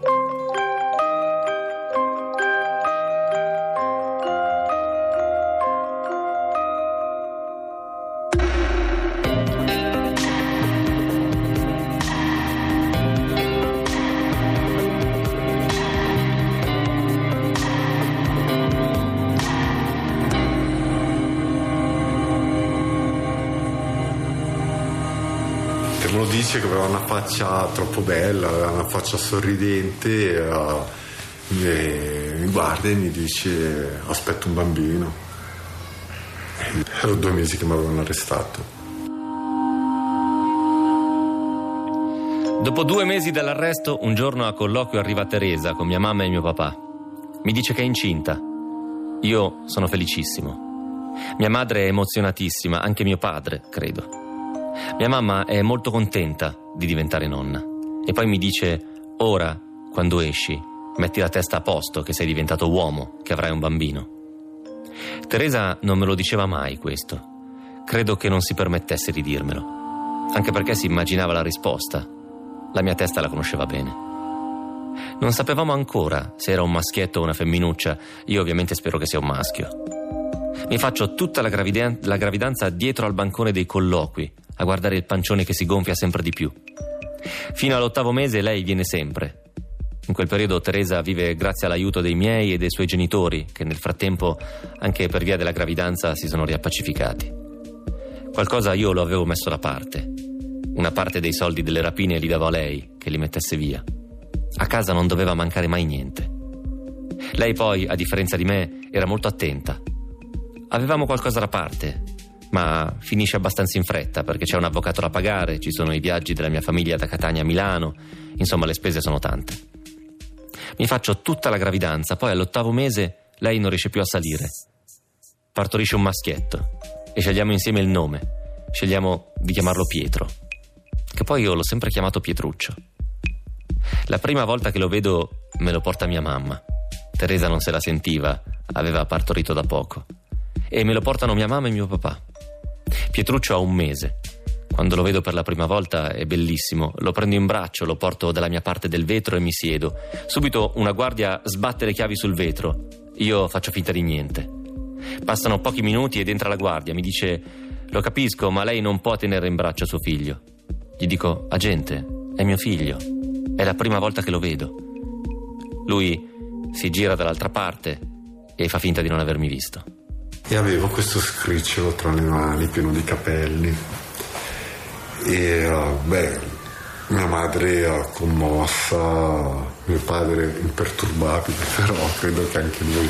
Me lo dice che aveva una faccia troppo bella, aveva una faccia sorridente, e mi guarda e mi dice: aspetto un bambino. Erano 2 mesi che mi avevano arrestato. Dopo 2 mesi dall'arresto, un giorno a colloquio arriva Teresa con mia mamma e mio papà. Mi dice che è incinta. Io sono felicissimo. Mia madre è emozionatissima, anche mio padre, credo. Mia mamma è molto contenta di diventare nonna, e poi mi dice: ora, quando esci, metti la testa a posto che sei diventato uomo, che avrai un bambino. Teresa non me lo diceva mai questo. Credo che non si permettesse di dirmelo, anche perché si immaginava la risposta. La mia testa la conosceva bene. Non sapevamo ancora se era un maschietto o una femminuccia. Io ovviamente spero che sia un maschio. Mi faccio tutta la gravidanza dietro al bancone dei colloqui, a guardare il pancione che si gonfia sempre di più. Fino all'8° mese lei viene sempre. In quel periodo Teresa vive grazie all'aiuto dei miei e dei suoi genitori, che nel frattempo, anche per via della gravidanza, si sono riappacificati. Qualcosa io lo avevo messo da parte. Una parte dei soldi delle rapine li davo a lei, che li mettesse via. A casa non doveva mancare mai niente. Lei poi, a differenza di me, era molto attenta. Avevamo qualcosa da parte, ma finisce abbastanza in fretta perché c'è un avvocato da pagare, ci sono i viaggi della mia famiglia da Catania a Milano, insomma le spese sono tante. Mi faccio tutta la gravidanza, poi all'8° mese lei non riesce più a salire. Partorisce un maschietto e scegliamo insieme il nome. Scegliamo di chiamarlo Pietro, che poi io l'ho sempre chiamato Pietruccio. La prima volta che lo vedo me lo porta mia mamma. Teresa non se la sentiva, aveva partorito da poco. E me lo portano mia mamma e mio papà. Pietruccio ha 1 mese. Quando lo vedo per la prima volta è bellissimo. Lo prendo in braccio, lo porto dalla mia parte del vetro e mi siedo. Subito una guardia sbatte le chiavi sul vetro. Io faccio finta di niente. Passano pochi minuti ed entra la guardia. Mi dice: lo capisco, ma lei non può tenere in braccio suo figlio. Gli dico: agente, è mio figlio. È la prima volta che lo vedo. Lui si gira dall'altra parte e fa finta di non avermi visto. E avevo questo scricciolo tra le mani pieno di capelli, e mia madre commossa, mio padre imperturbabile, però credo che anche lui.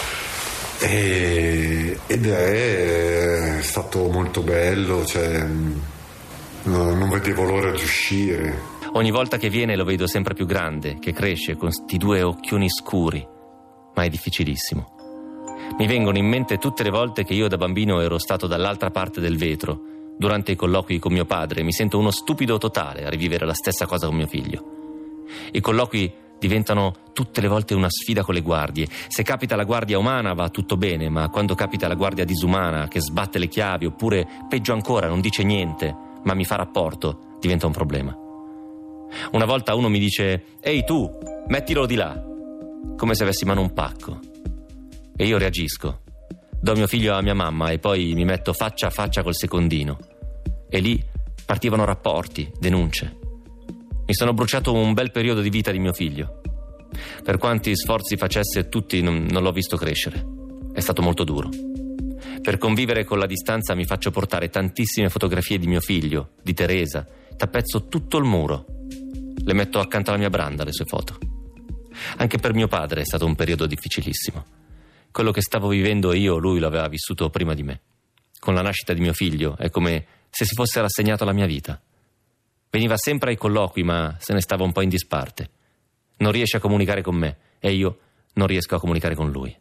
Ed è stato molto bello, cioè non vedevo l'ora di uscire. Ogni volta che viene lo vedo sempre più grande, che cresce con sti 2 occhioni scuri, ma è difficilissimo. Mi vengono in mente tutte le volte che io da bambino ero stato dall'altra parte del vetro, durante i colloqui con mio padre. Mi sento uno stupido totale a rivivere la stessa cosa con mio figlio. I colloqui diventano tutte le volte una sfida con le guardie. Se capita la guardia umana va tutto bene, ma quando capita la guardia disumana che sbatte le chiavi, oppure peggio ancora non dice niente ma mi fa rapporto, diventa un problema. Una volta uno mi dice: «Ehi tu, mettilo di là», come se avessi in mano un pacco. E io reagisco, do mio figlio a mia mamma e poi mi metto faccia a faccia col secondino. E lì partivano rapporti, denunce. Mi sono bruciato un bel periodo di vita di mio figlio. Per quanti sforzi facesse tutti non l'ho visto crescere. È stato molto duro. Per convivere con la distanza mi faccio portare tantissime fotografie di mio figlio, di Teresa, tappezzo tutto il muro. Le metto accanto alla mia branda le sue foto. Anche per mio padre è stato un periodo difficilissimo. Quello che stavo vivendo io, lui lo aveva vissuto prima di me. Con la nascita di mio figlio è come se si fosse rassegnato alla mia vita. Veniva sempre ai colloqui, ma se ne stava un po' in disparte. Non riesce a comunicare con me e io non riesco a comunicare con lui.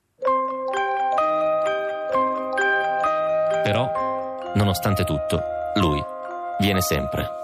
Però, nonostante tutto, lui viene sempre.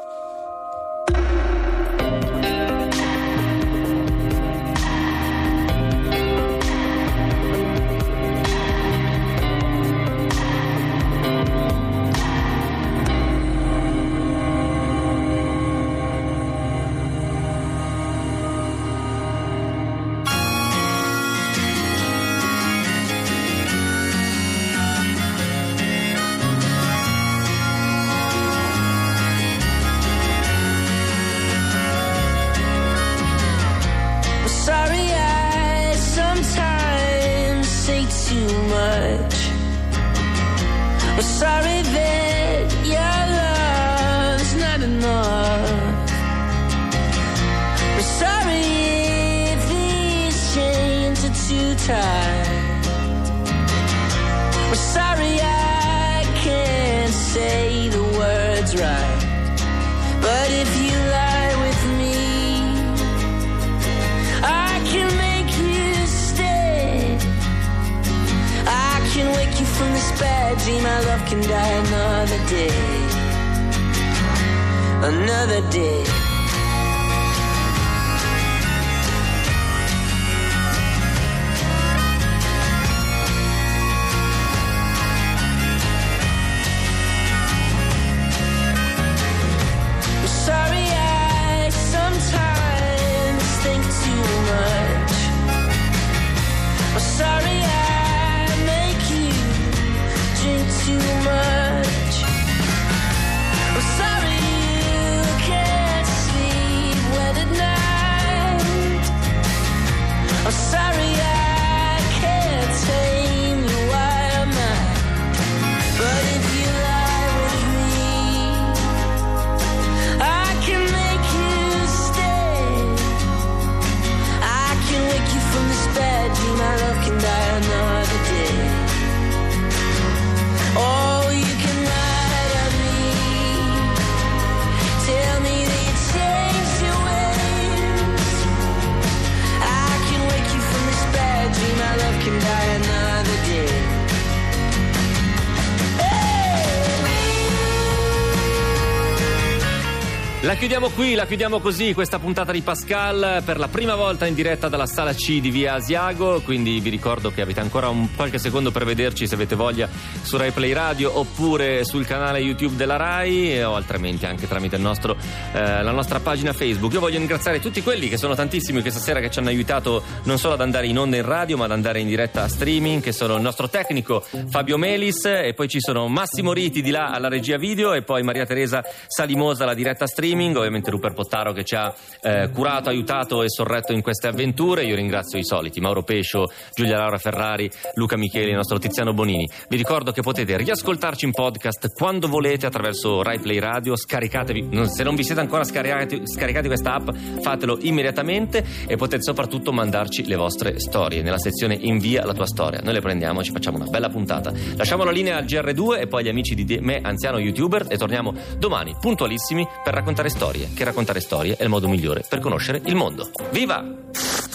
We're sorry that your love's not enough. We're sorry if these chains are too tight. We're sorry I can't say the words right. But if you lie with me, I can make you stay. I can wake you from this bad dream. Our love can die another day. Another day. La chiudiamo così questa puntata di Pascal, per la prima volta in diretta dalla sala C di via Asiago, quindi vi ricordo che avete ancora qualche secondo per vederci, se avete voglia, su Rai Play Radio oppure sul canale YouTube della Rai o altrimenti anche tramite la nostra pagina Facebook. Io voglio ringraziare tutti quelli che sono tantissimi questa sera, che ci hanno aiutato non solo ad andare in onda in radio ma ad andare in diretta a streaming, che sono il nostro tecnico Fabio Melis, e poi ci sono Massimo Riti di là alla regia video, e poi Maria Teresa Salimosa alla diretta streaming, ovviamente Rupert Pottaro che ci ha curato, aiutato e sorretto in queste avventure. Io ringrazio i soliti: Mauro Pescio, Giulia Laura Ferrari, Luca Micheli, il nostro Tiziano Bonini. Vi ricordo che potete riascoltarci in podcast quando volete attraverso Rai Play Radio. Scaricatevi, se non vi siete ancora scaricati questa app, fatelo immediatamente, e potete soprattutto mandarci le vostre storie nella sezione invia la tua storia. Noi le prendiamo e ci facciamo una bella puntata. Lasciamo la linea al GR2 e poi agli amici di Me Anziano YouTuber, e torniamo domani puntualissimi per raccontare storie, che raccontare storie è il modo migliore per conoscere il mondo. Viva!